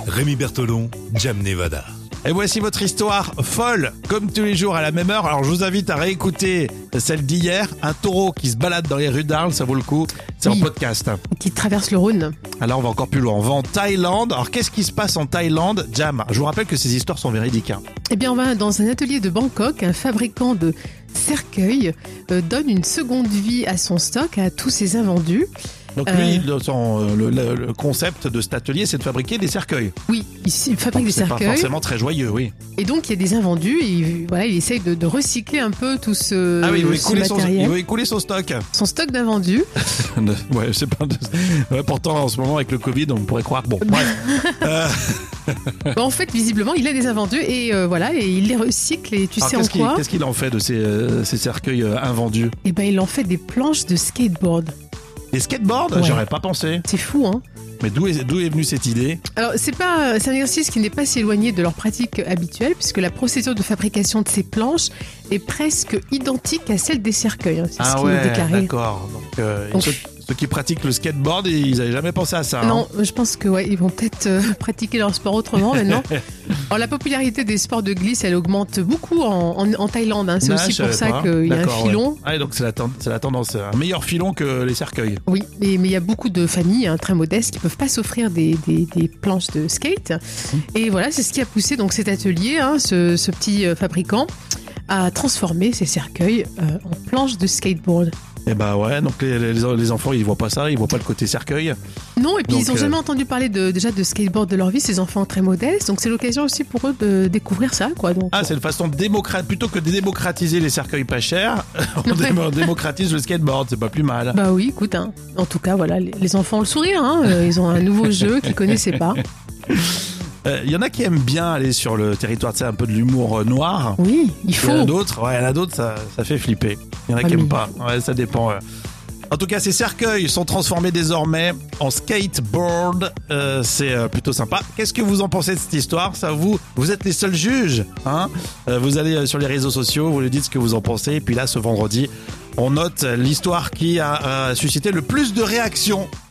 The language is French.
Rémi Bertolon, Jam Nevada. Et voici votre histoire folle, comme tous les jours à la même heure. Alors je vous invite à réécouter celle d'hier. Un taureau qui se balade dans les rues d'Arles, ça vaut le coup. C'est Oui. en podcast. Qui traverse le Rhône. Alors on va encore plus loin. On va en Thaïlande. Alors qu'est-ce qui se passe en Thaïlande, Jam? Je vous rappelle que ces histoires sont véridiques. Eh bien, on va dans un atelier de Bangkok. Un fabricant de cercueils donne une seconde vie à son stock, à tous ses invendus. Donc lui, le concept de cet atelier, c'est de fabriquer des cercueils. Oui, il fabrique des C'est pas cercueils. forcément très joyeux, oui. Et donc, il y a des invendus. Et voilà, il essaye de recycler un peu tout ce, Ah oui, il veut ce matériel. écouler son stock. Son stock d'invendus. Ouais, je sais pas. Ouais, pourtant, en ce moment, avec le Covid, on pourrait croire. Bon, bref. Bon, en fait, visiblement, il a des invendus et voilà, et il les recycle. Et tu Alors, sais en quoi? qu'est-ce qu'il en fait de ces cercueils invendus? Eh ben, il en fait des planches de skateboard. Des skateboards? Ouais. J'aurais pas pensé. C'est fou, hein? Mais d'où est venue cette idée? Alors, c'est un exercice qui n'est pas si éloigné de leur pratique habituelle, puisque la procédure de fabrication de ces planches est presque identique à celle des cercueils. C'est ce qui est déclaré. D'accord. Donc, ceux qui pratiquent le skateboard, ils n'avaient jamais pensé à ça. Non, je pense que ils vont peut-être pratiquer leur sport autrement maintenant. Alors, la popularité des sports de glisse, elle augmente beaucoup en Thaïlande. Hein. C'est aussi pour ça qu'il y a un filon. Ouais. Ah, donc c'est la tendance, un meilleur filon que les cercueils. Oui, mais il y a beaucoup de familles très modestes qui peuvent pas s'offrir des planches de skate. Et voilà, c'est ce qui a poussé donc cet atelier, ce petit fabricant, à transformer ces cercueils en planches de skateboard. Et bah ouais, donc les enfants, ils voient pas ça, ils voient pas le côté cercueil. Non, et puis Donc, ils ont jamais entendu parler déjà de skateboard de leur vie, ces enfants très modestes. Donc c'est l'occasion aussi pour eux de découvrir ça, quoi. Donc, Ah, c'est une façon plutôt que de démocratiser les cercueils pas chers, on démocratise le skateboard, c'est pas plus mal. Bah oui, écoute, en tout cas, voilà, les enfants ont le sourire, ils ont un nouveau jeu qu'ils connaissaient pas. Il y en a qui aiment bien aller sur le territoire, tu sais, un peu de l'humour noir. Oui, il Il y faut. en a d'autres, ça fait flipper. Il y en a qui aiment pas. Ouais, ça dépend. En tout cas, ces cercueils sont transformés désormais en skateboard. C'est plutôt sympa. Qu'est-ce que vous en pensez de cette histoire? Ça vous êtes les seuls juges, hein? Vous allez sur les réseaux sociaux, vous lui dites ce que vous en pensez. Et puis là, ce vendredi, on note l'histoire qui a suscité le plus de réactions